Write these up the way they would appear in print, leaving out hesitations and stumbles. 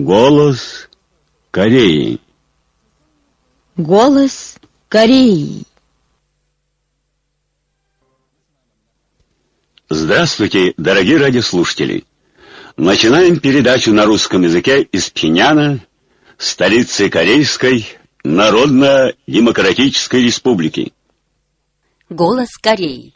Голос Кореи. Голос Кореи. Здравствуйте, дорогие радиослушатели! Начинаем передачу на русском языке из Пхеньяна, столицы Корейской Народно-Демократической Республики. Голос Кореи.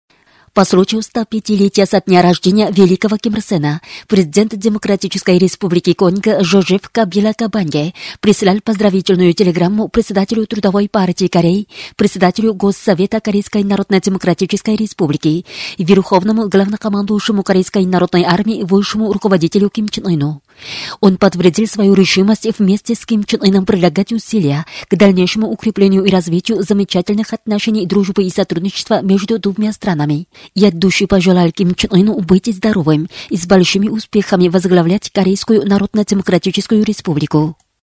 По случаю 105-летия со дня рождения великого Ким Ир Сена, президент Демократической Республики Конго Жозеф Кабила Кабанге прислал поздравительную телеграмму председателю Трудовой партии Кореи, председателю Госсовета Корейской Народно-Демократической Республики и верховному главнокомандующему Корейской народной армии высшему руководителю Ким Чен Ыну. Он подтвердил свою решимость вместе с Ким Чен Ыном прилагать усилия к дальнейшему укреплению и развитию замечательных отношений дружбы и сотрудничества между двумя странами. И от души пожелал Ким Чен Ыну быть здоровым и с большими успехами возглавлять Корейскую Народно-Демократическую Республику.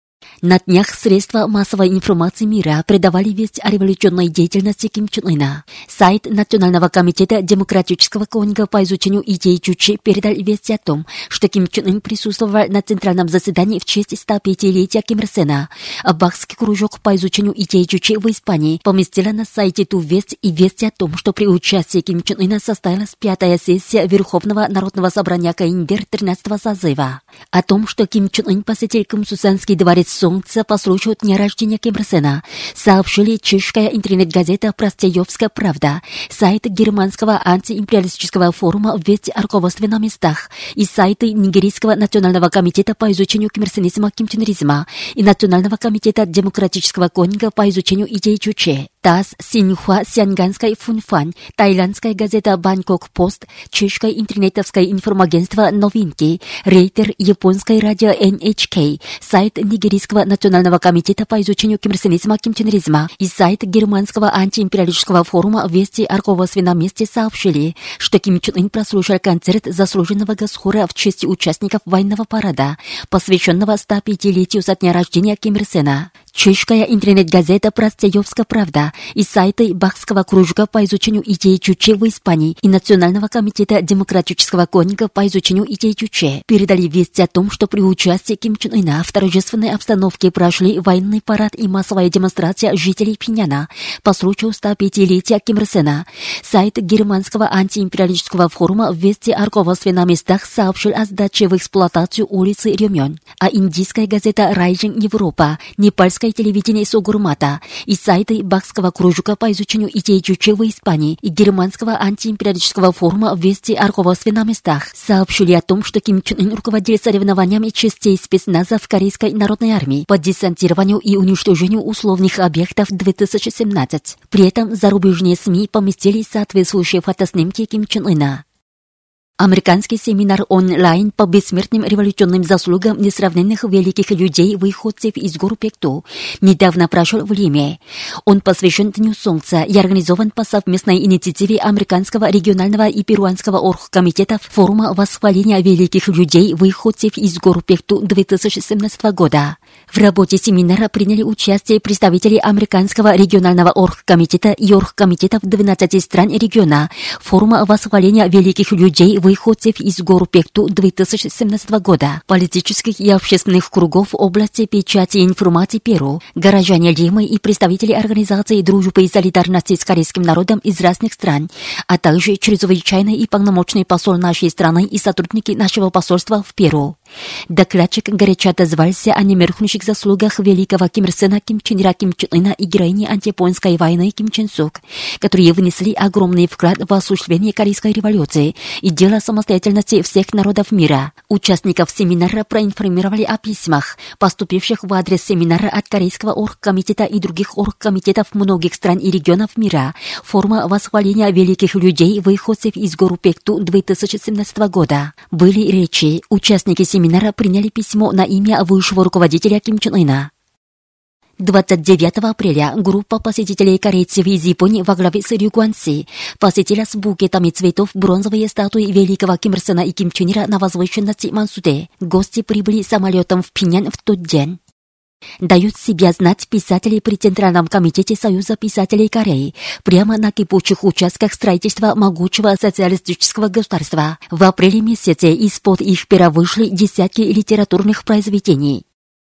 На днях средства массовой информации мира передавали весть о революционной деятельности Ким Чен Ына. Сайт Национального комитета Демократического Конго по изучению идей Чучи передал весть о том, что Ким Чен Ын присутствовал на центральном заседании в честь 105-летия Ким Ир Сена. А Бахский кружок по изучению идей Чучи в Испании поместила на сайте ту весть и весть о том, что при участии Ким Чен Ына состоялась 5-я сессия Верховного Народного собрания КНДР 13-го созыва. О том, что Ким Чен Ын посетил Кумсусанский дворец Солнца по случаю дня рождения Ким Ир Сена, сообщили чешская интернет-газета «Простеевская правда», сайт германского антиимпериалистического форума «Вести о руководстве на местах» и сайты Нигерийского национального комитета по изучению кимирсенизма, кимченеризма и Национального комитета демократического Конго по изучению идей Чуче. ТАСС, Синьхуа, Сянганская Фунфан, тайландская газета Бангкок Пост, чешское интернетовское информагентство «Новинки», Рейтер, японское радио NHK, сайт Нигерийского национального комитета по изучению кимирсенизма, кимченеризма и сайт германского антиимпериалистического форума «Вести о руководстве на месте» сообщили, что Ким Чен Ын прослушал концерт заслуженного госхора в честь участников военного парада, посвященного 105-летию со дня рождения Ким Ир Сена. Чешская интернет-газета «Простеевская правда» и сайты Бахского кружка по изучению идей Чуче в Испании и Национального комитета демократического Конго по изучению идей Чуче передали весть о том, что при участии Ким Чен Ына в торжественной обстановке прошли военный парад и массовая демонстрация жителей Пхеньяна по случаю 105-летия Ким Ир Сена. Сайт германского антиимпериалистического форума «Вести о руководстве на местах» сообщил о сдаче в эксплуатацию улицы Рёмён, а индийская газета «Райжинг Европа», непальская телевидение Сугурмата и сайты Бахского кружка по изучению идей Чуче в Испании и германского антиимпериалистического форума «Вести о руководстве на местах» сообщили о том, что Ким Чен Ын руководил соревнованиями частей спецназа в Корейской народной армии по десантированию и уничтожению условных объектов 2017. При этом зарубежные СМИ поместили соответствующие фотоснимки Ким Чен Ына. Американский семинар онлайн по бессмертным революционным заслугам несравненных великих людей выходцев из гор Пекту недавно прошел в Лиме. Он посвящен Дню Солнца и организован по совместной инициативе Американского регионального и перуанского оргкомитетов форума восхваления великих людей выходцев из гор Пекту 2017 года. В работе семинара приняли участие представители Американского регионального оргкомитета и оргкомитетов 12 стран региона форума восхваления великих людей выходцев из гор Пекту 2017 года, политических и общественных кругов области печати и информации Перу, горожане Лимы и представители организации дружбы и солидарности с корейским народом из разных стран, а также чрезвычайный и полномочный посол нашей страны и сотрудники нашего посольства в Перу. Докладчик горячо отозвался о немеркнущих заслугах великого Ким Ир Сена, Ким Чен Ира, Ким Чен Ына и героини антияпонской войны Ким Чен Сук, которые внесли огромный вклад в осуществление Корейской революции и дело самостоятельности всех народов мира. Участников семинара проинформировали о письмах, поступивших в адрес семинара от Корейского оргкомитета и других оргкомитетов многих стран и регионов мира, форума восхваления великих людей выходцев из гор Пекту 2017 года. Были речи, участники семинара приняли письмо на имя высшего руководителя Ким Чен Ына. 29 апреля группа посетителей корейцев из Японии во главе с Рю Гуанси посетила с букетами цветов бронзовые статуи великого Ким Ир Сена и Ким Чен Ира на возвышенности Мансуде. Гости прибыли самолетом в Пхеньян в тот день. дают себя знать писатели при Центральном комитете Союза писателей Кореи прямо на кипучих участках строительства могучего социалистического государства. В апреле месяце из-под их пера вышли десятки литературных произведений.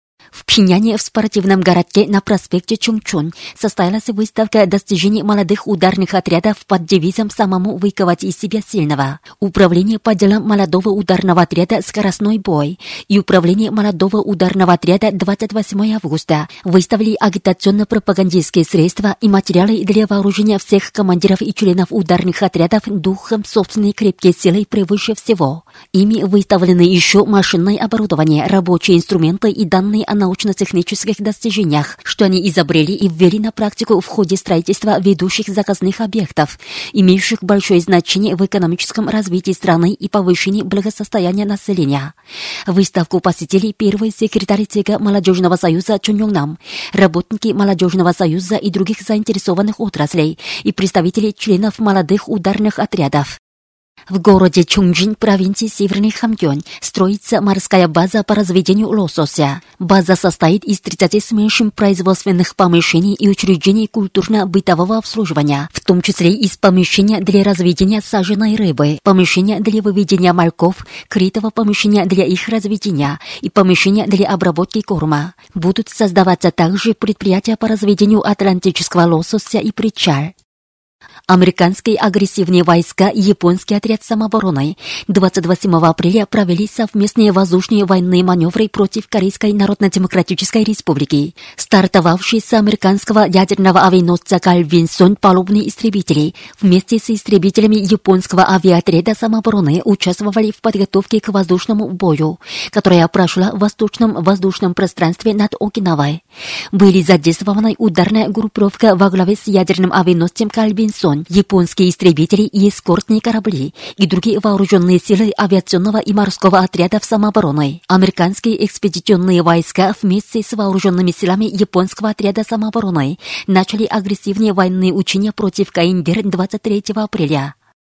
В Пхеньяне в спортивном городке на проспекте Чунчун состоялась выставка достижений молодых ударных отрядов под девизом «Самому выковать из себя сильного». Управление по делам молодого ударного отряда «Скоростной бой» и Управление молодого ударного отряда 28 августа выставили агитационно-пропагандистские средства и материалы для вооружения всех командиров и членов ударных отрядов духом собственной крепкой силой превыше всего. Ими выставлены еще машинное оборудование, рабочие инструменты и данные о научно-технических достижениях, что они изобрели и ввели на практику в ходе строительства ведущих заказных объектов, имеющих большое значение в экономическом развитии страны и повышении благосостояния населения. Выставку посетили первый секретарь ЦК Молодежного союза Чон Йонг-нам, работники Молодежного союза и других заинтересованных отраслей и представители членов молодых ударных отрядов. В городе Чунджин, провинции Северный Хамгён, строится морская база по разведению лосося. База состоит из 30 смешанных производственных помещений и учреждений культурно-бытового обслуживания, в том числе из помещения для разведения саженой рыбы, помещения для выведения мальков, крытого помещения для их разведения и помещения для обработки корма. Будут создаваться также предприятия по разведению атлантического лосося и причал. Американские агрессивные войска и японский отряд самообороны 27 апреля провели совместные воздушные военные маневры против Корейской Народно-Демократической Республики. Стартовавшие с американского ядерного авианосца Карл Винсон палубные истребители вместе с истребителями японского авиаотряда самообороны участвовали в подготовке к воздушному бою, которая прошла в восточном воздушном пространстве над Окинавой. Были задействованы ударная группировка во главе с ядерным авианосцем Карл Винсон, японские истребители и эскортные корабли и другие вооруженные силы авиационного и морского отрядов самообороны. Американские экспедиционные войска вместе с вооруженными силами японского отряда самообороны начали агрессивные военные учения против КНДР 23 апреля.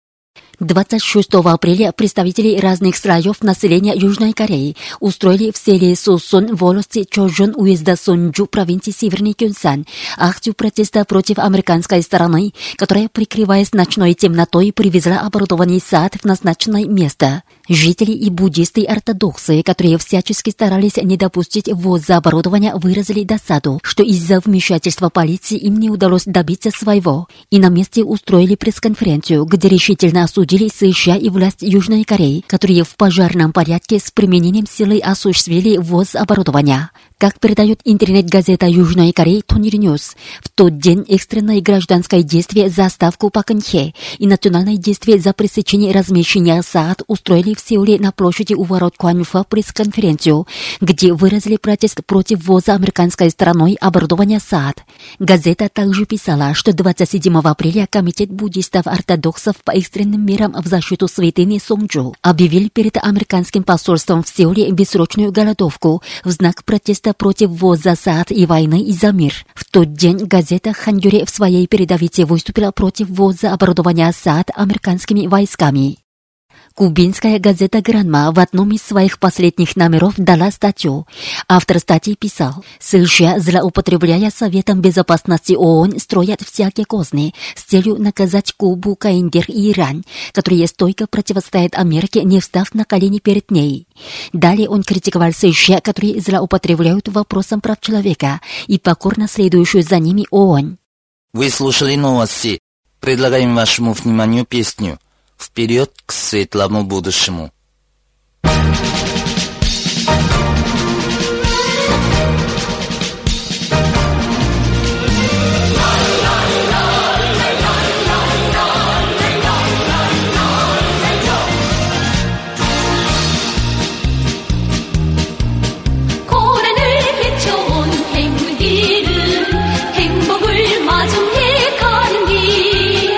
26 апреля представители разных слоев населения Южной Кореи устроили в селе Сосон, волости Чожон, уезда Сонджу, провинции Северный Кёнсан, акцию протеста против американской стороны, которая, прикрываясь ночной темнотой, привезла оборудование САД в назначенное место. Жители и буддисты-ортодоксы, которые всячески старались не допустить ввоза оборудования, выразили досаду, что из-за вмешательства полиции им не удалось добиться своего, и на месте устроили пресс-конференцию, где решительно осудили США и власть Южной Кореи, которые в пожарном порядке с применением силы осуществили ввоз оборудования. Как передает интернет-газета Южной Кореи Тонир Ньюс, в тот день экстренное гражданское действие за ставку по Кэнхе и национальное действие за пресечение размещения САД устроили в Сеуле на площади у ворот Кванфа пресс-конференцию, где выразили протест против ввоза американской стороной оборудования САД. Газета также писала, что 27 апреля Комитет буддистов-ортодоксов по экстренным мерам в защиту святыни Сонджу объявил перед американским посольством в Сеуле бессрочную голодовку в знак протеста против ввоза САД и войны из-за мир. В тот день газета Ханьюре в своей передовице выступила против ввоза оборудования САД американскими войсками. Кубинская газета «Гранма» в одном из своих последних номеров дала статью. Автор статьи писал: США, злоупотребляя Советом Безопасности ООН, строят всякие козни с целью наказать Кубу, КНДР и Иран, которые стойко противостоят Америке, не встав на колени перед ней. Далее он критиковал США, которые злоупотребляют вопросом прав человека и покорно следующую за ними ООН. Вы слушали новости. Предлагаем вашему вниманию песню «Вперед к светлому будущему».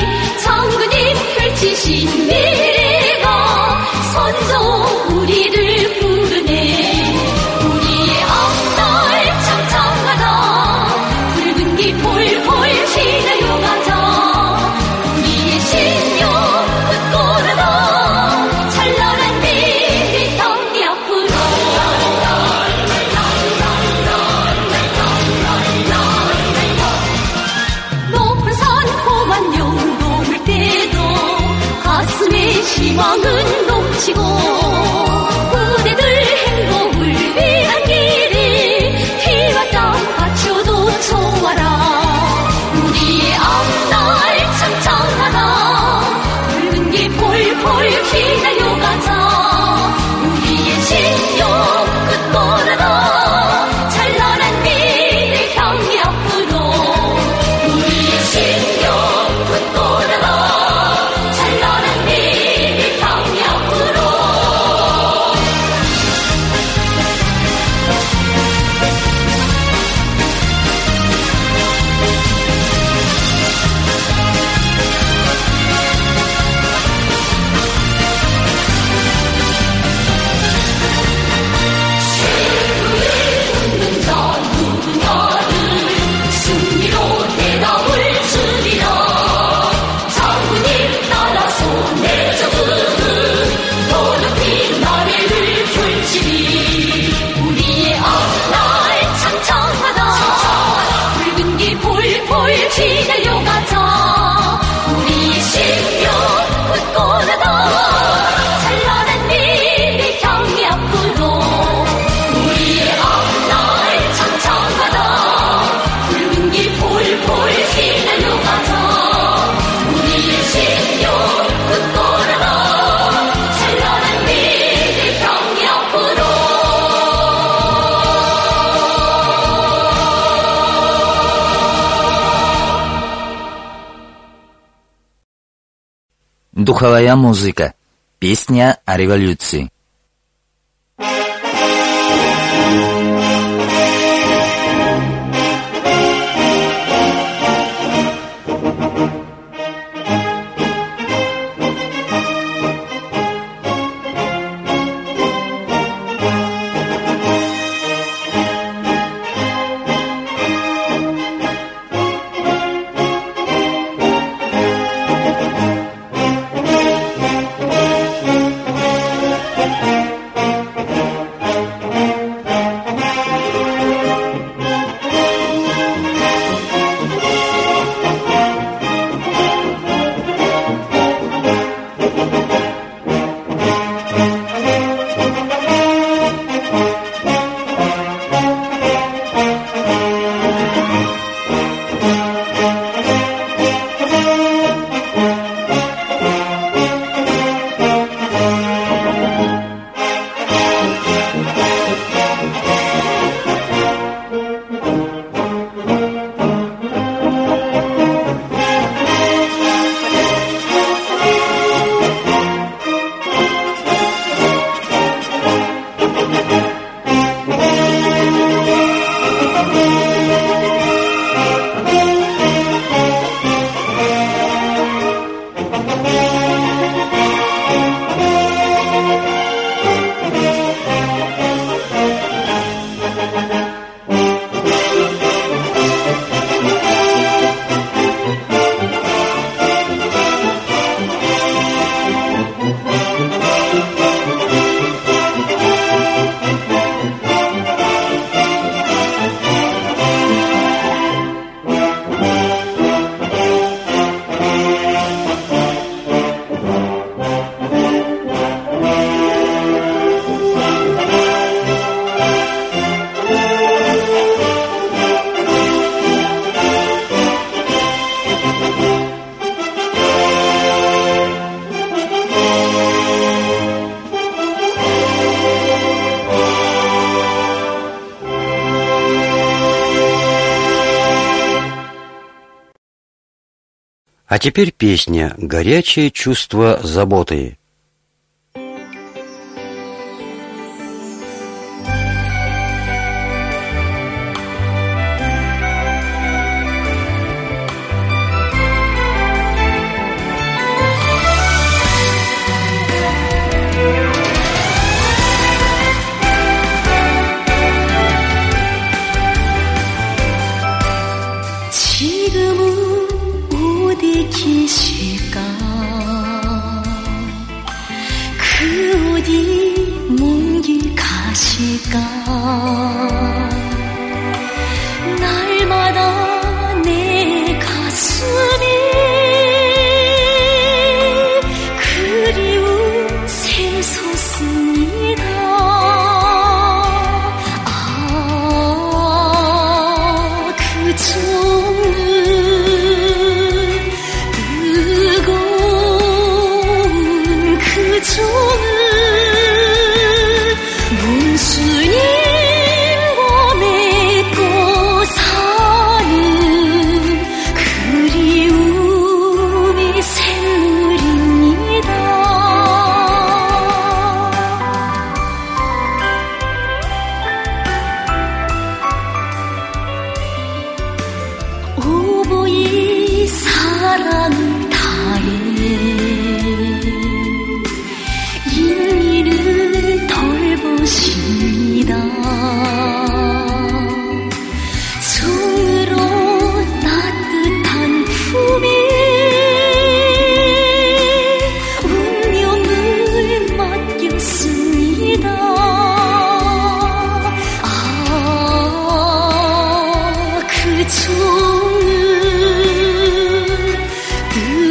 미래가 선조 우리를 Духовая музыка. Песня о революции. А теперь песня «Горячее чувство заботы». 계실까 그 어디 먼 길 가실까 날마다 내 가슴이 그리움 샘솟습니다. 그 정을 문수님과 맺고 사는 그리움이 샘물입니다. 오보이 사랑을 다해 인민을 돌보십니다. 정으로 따뜻한 품이 운명을 맡겼습니다. 그 정을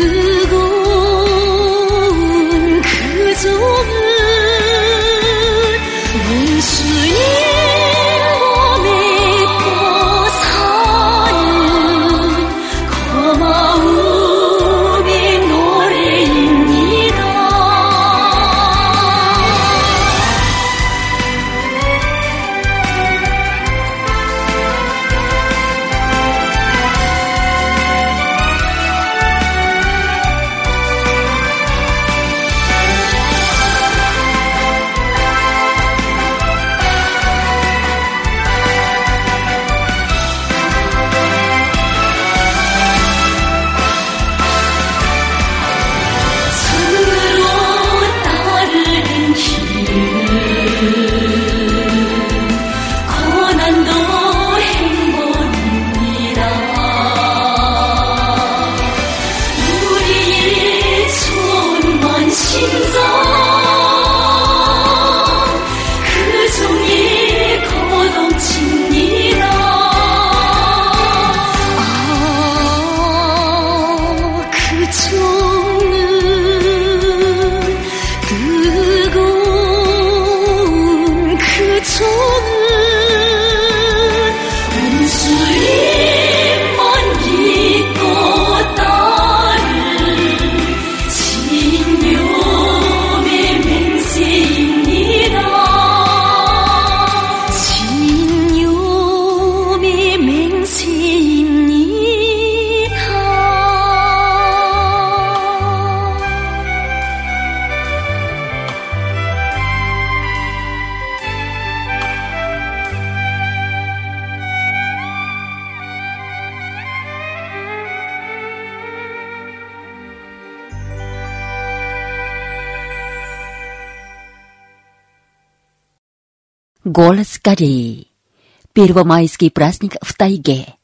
Голос Кореи. Первомайский праздник в тайге.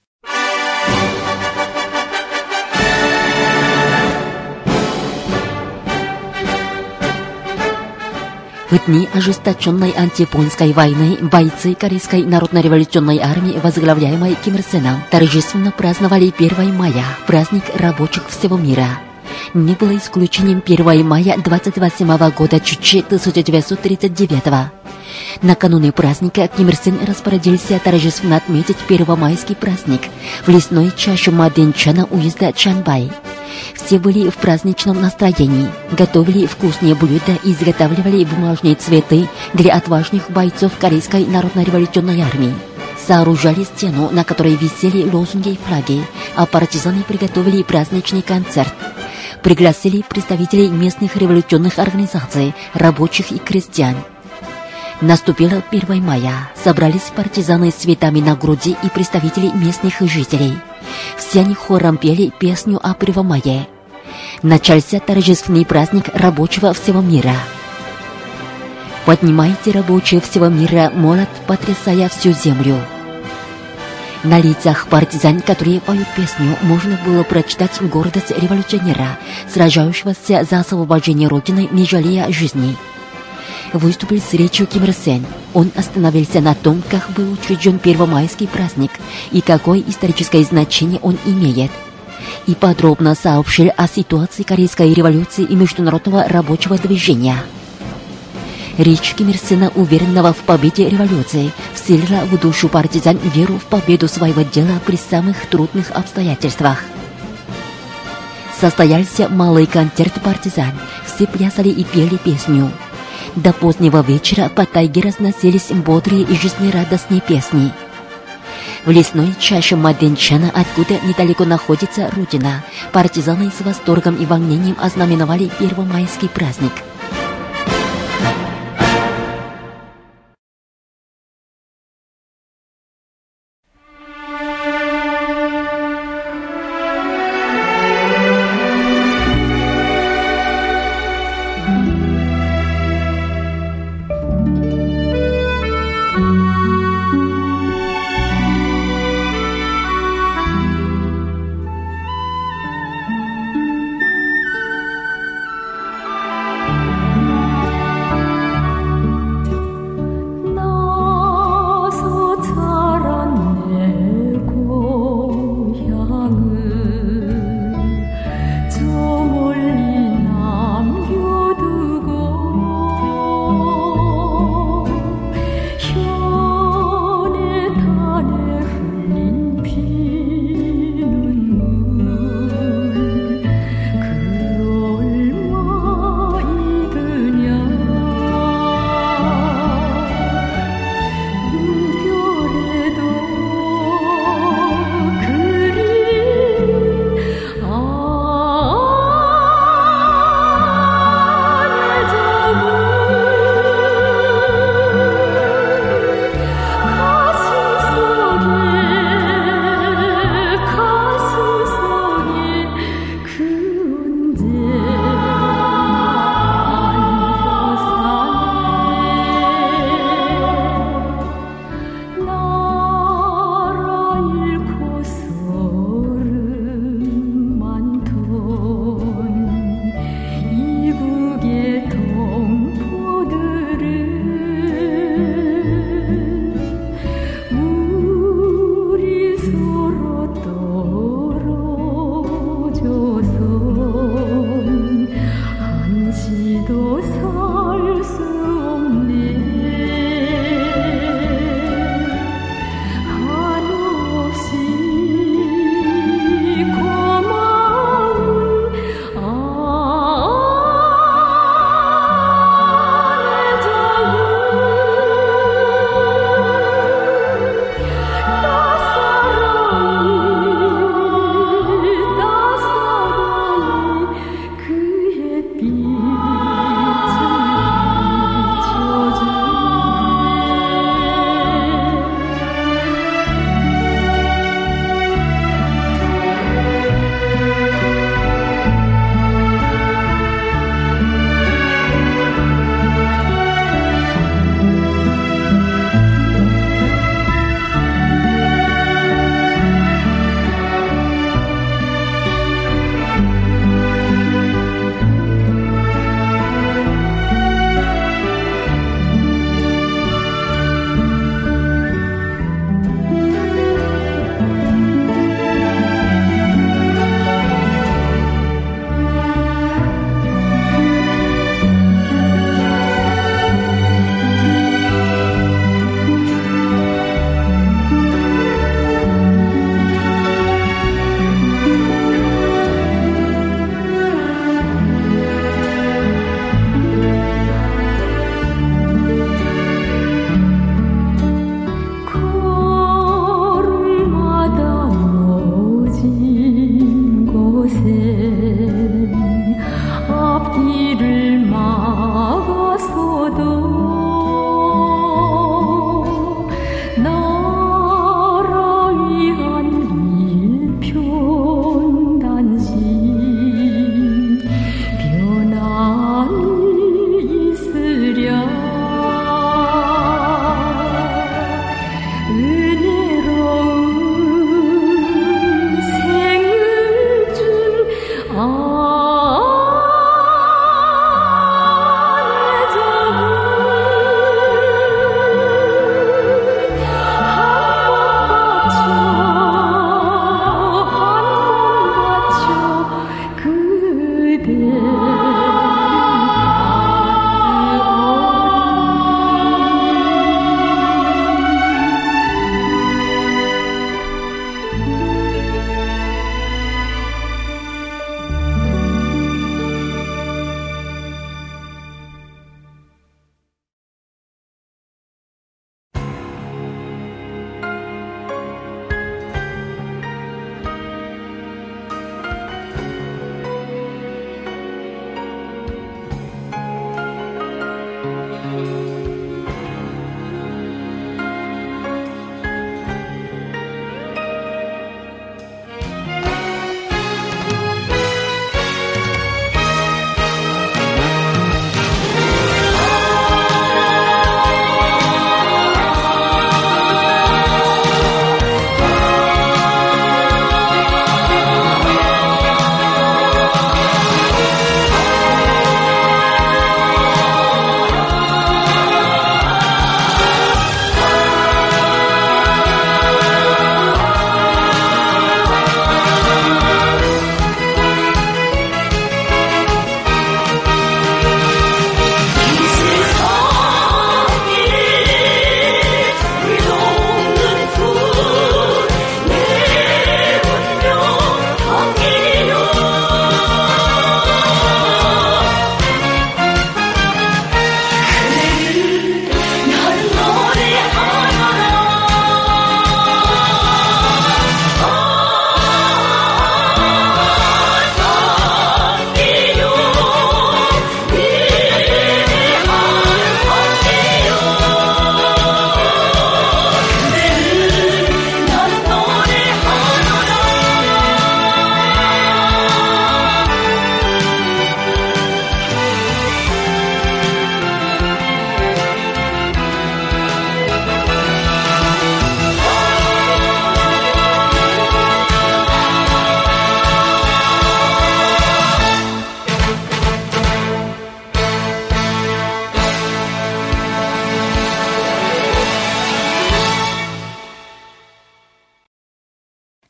В дни ожесточенной антияпонской войны бойцы Корейской народно-революционной армии, возглавляемой Ким Ир Сеном, торжественно праздновали 1 мая, праздник рабочих всего мира. Не было исключением 1 мая 28 года Чучи 1939. Накануне праздника Ким Ир Сен распорядился торжественно отметить первомайский праздник в лесной чаще Маденчана уезда Чанбай. Все были в праздничном настроении, готовили вкусные блюда и изготавливали бумажные цветы для отважных бойцов Корейской народно-революционной армии. Сооружали стену, на которой висели лозунги и флаги, а партизаны приготовили праздничный концерт. Пригласили представителей местных революционных организаций, рабочих и крестьян. Наступило 1 мая, собрались партизаны с цветами на груди и представители местных жителей. Все они хором пели песню о 1 мае. Начался торжественный праздник рабочего всего мира. Поднимайте, рабочие всего мира, молот, потрясая всю землю. На лицах партизан, которые поют песню, можно было прочитать гордость революционера, сражающегося за освобождение Родины, не жалея жизни. Выступил с речью Ким Ир Сен. Он остановился на том, как был учрежден первомайский праздник и какое историческое значение он имеет. И подробно сообщил о ситуации Корейской революции и международного рабочего движения. Речь Ким Ир Сена, уверенного в победе революции, вселила в душу партизан веру в победу своего дела при самых трудных обстоятельствах. Состоялся малый концерт партизан. Все плясали и пели песню. До позднего вечера по тайге разносились бодрые и жизнерадостные песни. В лесной чаще Маденчана, откуда недалеко находится Родина, партизаны с восторгом и волнением ознаменовали первомайский праздник.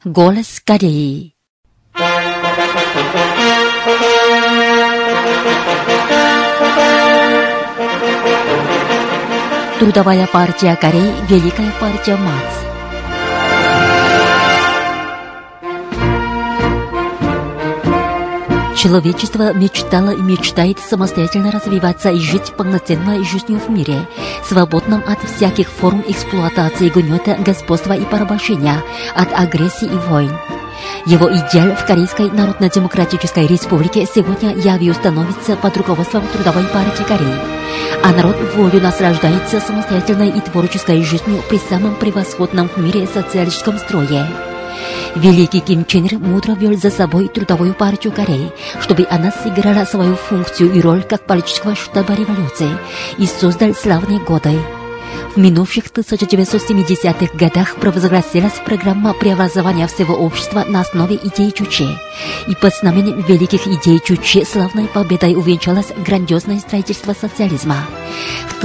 Голос Кореи. Трудовая партия Кореи, Великая партия МАЦ. Человечество мечтало и мечтает самостоятельно развиваться и жить полноценной жизнью в мире, свободном от всяких форм эксплуатации, гнета, господства и порабощения, от агрессии и войн. Его идеал в Корейской Народно-Демократической Республике сегодня явью становится под руководством Трудовой партии Кореи, а народ волю наслаждается самостоятельной и творческой жизнью при самом превосходном в мире социалистическом строе. Великий Ким Чен Ир мудро вел за собой Трудовую партию Кореи, чтобы она сыграла свою функцию и роль как политического штаба революции и создал славные годы. В минувших 1970-х годах провозгласилась программа преобразования всего общества на основе идей Чучхе, и под знаменем великих идей Чучхе славной победой увенчалось грандиозное строительство социализма. В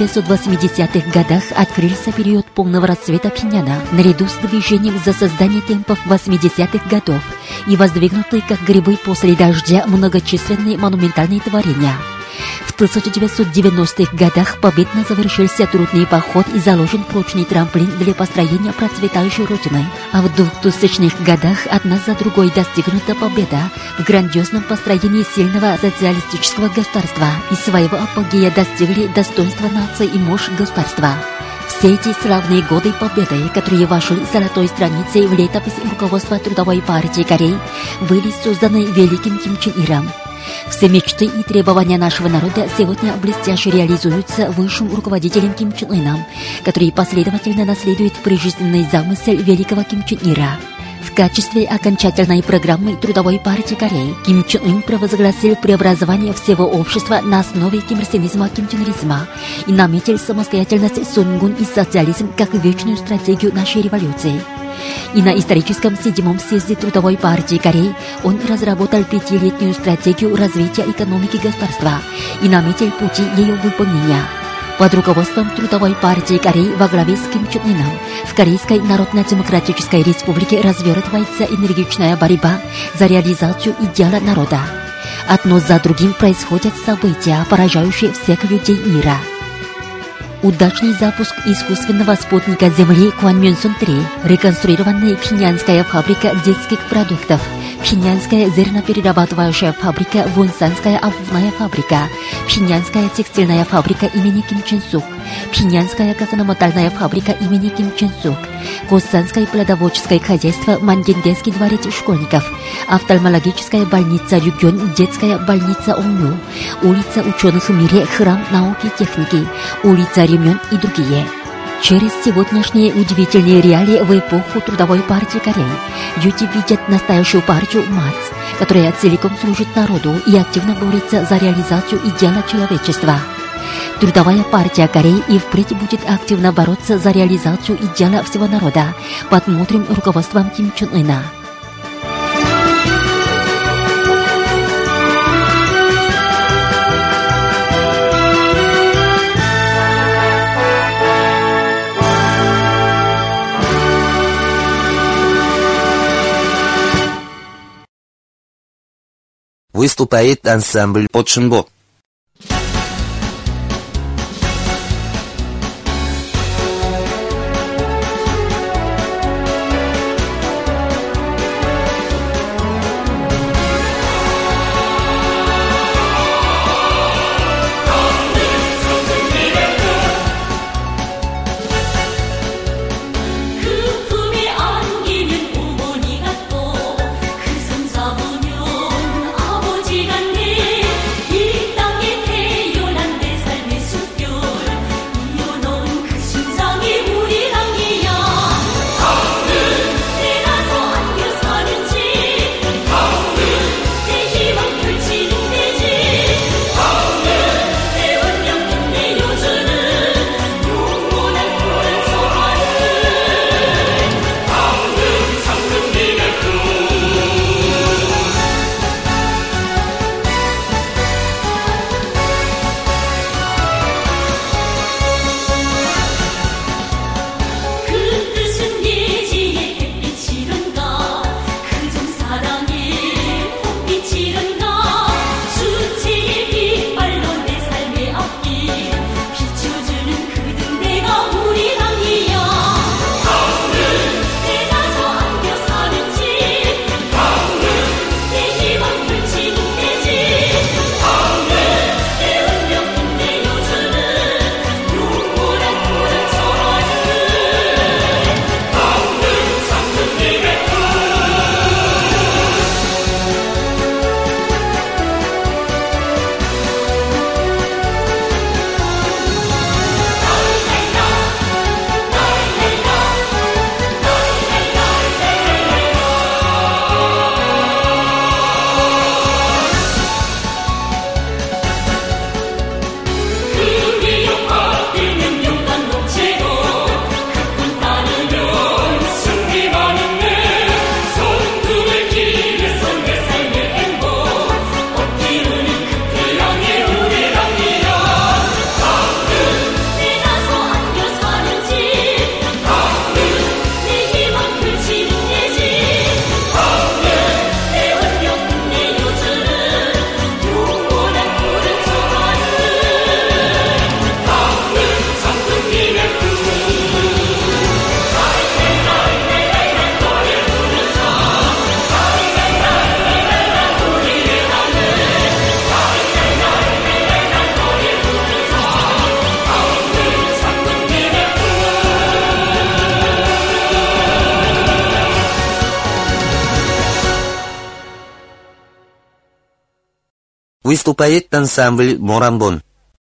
1980-х годах открылся период полного расцвета Пхеньяна, наряду с движением за создание темпов 80-х годов и воздвигнутые, как грибы после дождя, многочисленные монументальные творения. В 1990-х годах победно завершился трудный поход и заложен прочный трамплин для построения процветающей Родины. А в 2000-х годах одна за другой достигнута победа в грандиозном построении сильного социалистического государства, и своего апогея достигли достоинства нации и мощь государства. Все эти славные годы победы, которые вошли золотой страницей в летопись руководства Трудовой партии Кореи, были созданы великим Ким Чен Иром. Все мечты и требования нашего народа сегодня блестяще реализуются высшим руководителем Ким Чен Ыном, который последовательно наследует прижизненный замысел великого Ким Чен Ира. В качестве окончательной программы Трудовой партии Кореи Ким Чен Ын провозгласил преобразование всего общества на основе кимрсенизма-кимченризма и наметил самостоятельность Сонгун и социализм как вечную стратегию нашей революции. И на историческом 7-м съезде Трудовой партии Кореи он разработал 5-летнюю стратегию развития экономики государства и наметил пути ее выполнения. Под руководством Трудовой партии Кореи во главе с Ким Чен Ыном в Корейской Народно-Демократической Республике развертывается энергичная борьба за реализацию идеала народа. Одно за другим происходят события, поражающие всех людей мира. Удачный запуск искусственного спутника Земли Кванмёнсон-3, реконструированная Пхеньянская фабрика детских продуктов, Пхеньянская зерноперерабатывающая фабрика, Вонсанская обувная фабрика, Пхеньянская текстильная фабрика имени Ким Чен Сук, Пхеньянская кокономотальная фабрика имени Ким Чен Сук, Коссанское плодоводческое хозяйство Мангин детский дворец школьников, офтальмологическая больница Рюгён, детская больница Онлю, улица ученых в мире, храм науки и техники, улица Ремён и другие. Через сегодняшние удивительные реалии в эпоху Трудовой партии Кореи люди видят настоящую партию МАЦ, которая целиком служит народу и активно борется за реализацию идеала человечества. Трудовая партия Кореи и впредь будет активно бороться за реализацию идеала всего народа под мудрым руководством Ким Чен Ына. Выступает ансамбль Подшинбо. 아버지 같네 이 выступает ансамбль «Морамбон».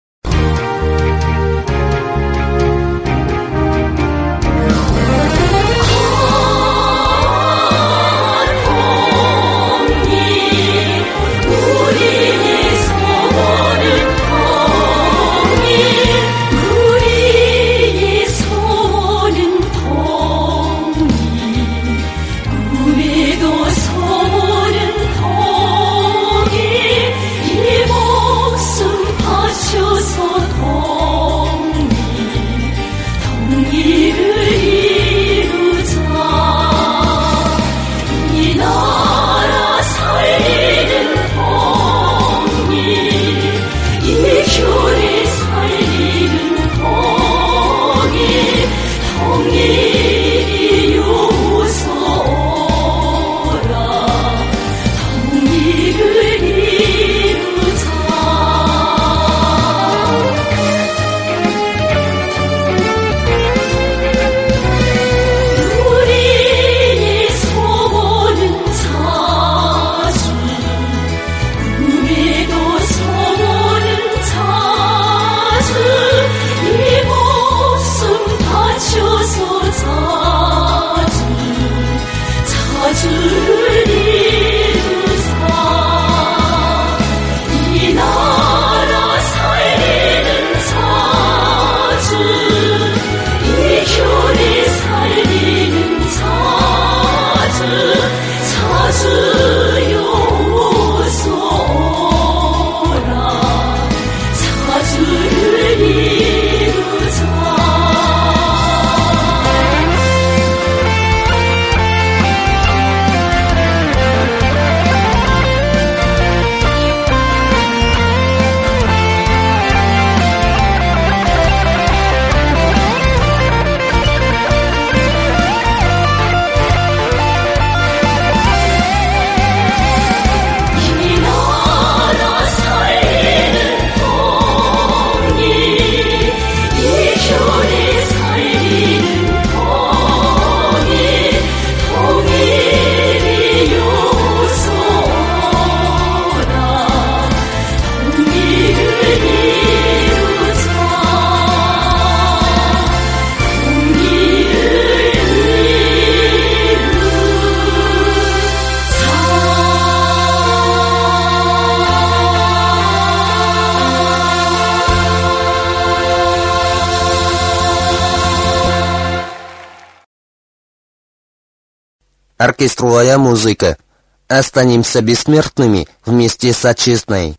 Оркестровая музыка. Останемся бессмертными вместе с Отчизной.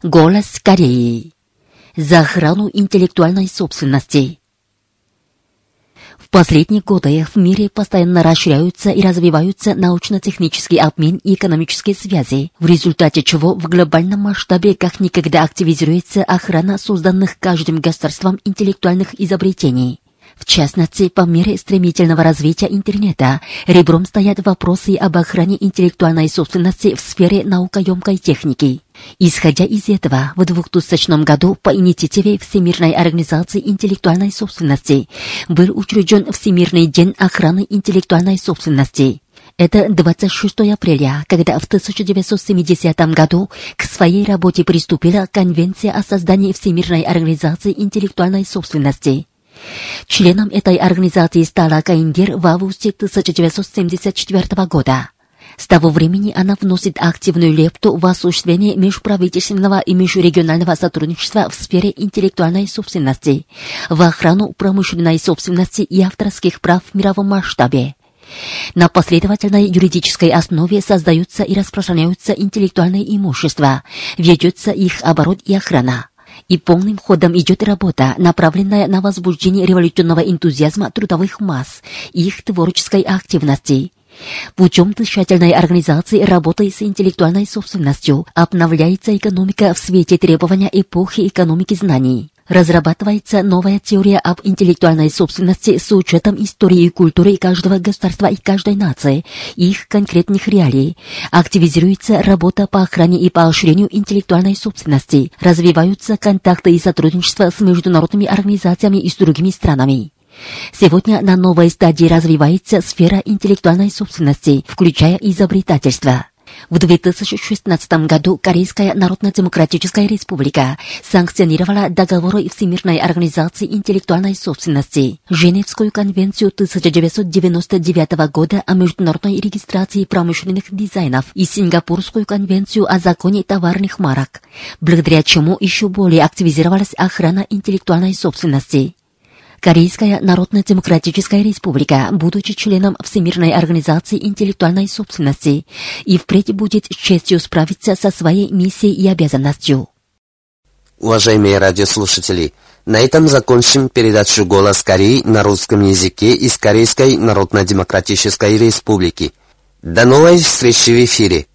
Голос Кореи. За охрану интеллектуальной собственности. В последние годы в мире постоянно расширяются и развиваются научно-технический обмен и экономические связи, в результате чего в глобальном масштабе как никогда активизируется охрана созданных каждым государством интеллектуальных изобретений. В частности, по мере стремительного развития интернета ребром стоят вопросы об охране интеллектуальной собственности в сфере наукоемкой техники. Исходя из этого, в 2000 году по инициативе Всемирной организации интеллектуальной собственности был учрежден Всемирный день охраны интеллектуальной собственности. Это 26 апреля, когда в 1970 году к своей работе приступила Конвенция о создании Всемирной организации интеллектуальной собственности. Членом этой организации стала КНДР в августе 1974 года. С того времени она вносит активную лепту в осуществление межправительственного и межрегионального сотрудничества в сфере интеллектуальной собственности, в охрану промышленной собственности и авторских прав в мировом масштабе. На последовательной юридической основе создаются и распространяются интеллектуальные имущества, ведется их оборот и охрана. И полным ходом идет работа, направленная на возбуждение революционного энтузиазма трудовых масс и их творческой активности. Путем тщательной организации работы с интеллектуальной собственностью обновляется экономика в свете требования эпохи экономики знаний. Разрабатывается новая теория об интеллектуальной собственности с учетом истории и культуры каждого государства и каждой нации, их конкретных реалий. Активизируется работа по охране и поощрению интеллектуальной собственности. Развиваются контакты и сотрудничество с международными организациями и с другими странами. Сегодня на новой стадии развивается сфера интеллектуальной собственности, включая изобретательство. В 2016 году Корейская Народно-Демократическая Республика санкционировала договоры Всемирной организации интеллектуальной собственности, Женевскую конвенцию 1999 года о международной регистрации промышленных дизайнов и Сингапурскую конвенцию о законе товарных марок, благодаря чему еще более активизировалась охрана интеллектуальной собственности. Корейская Народно-Демократическая Республика, будучи членом Всемирной организации интеллектуальной собственности, и впредь будет с честью справиться со своей миссией и обязанностью. Уважаемые радиослушатели, на этом закончим передачу «Голос Кореи» на русском языке из Корейской Народно-Демократической Республики. До новой встречи в эфире!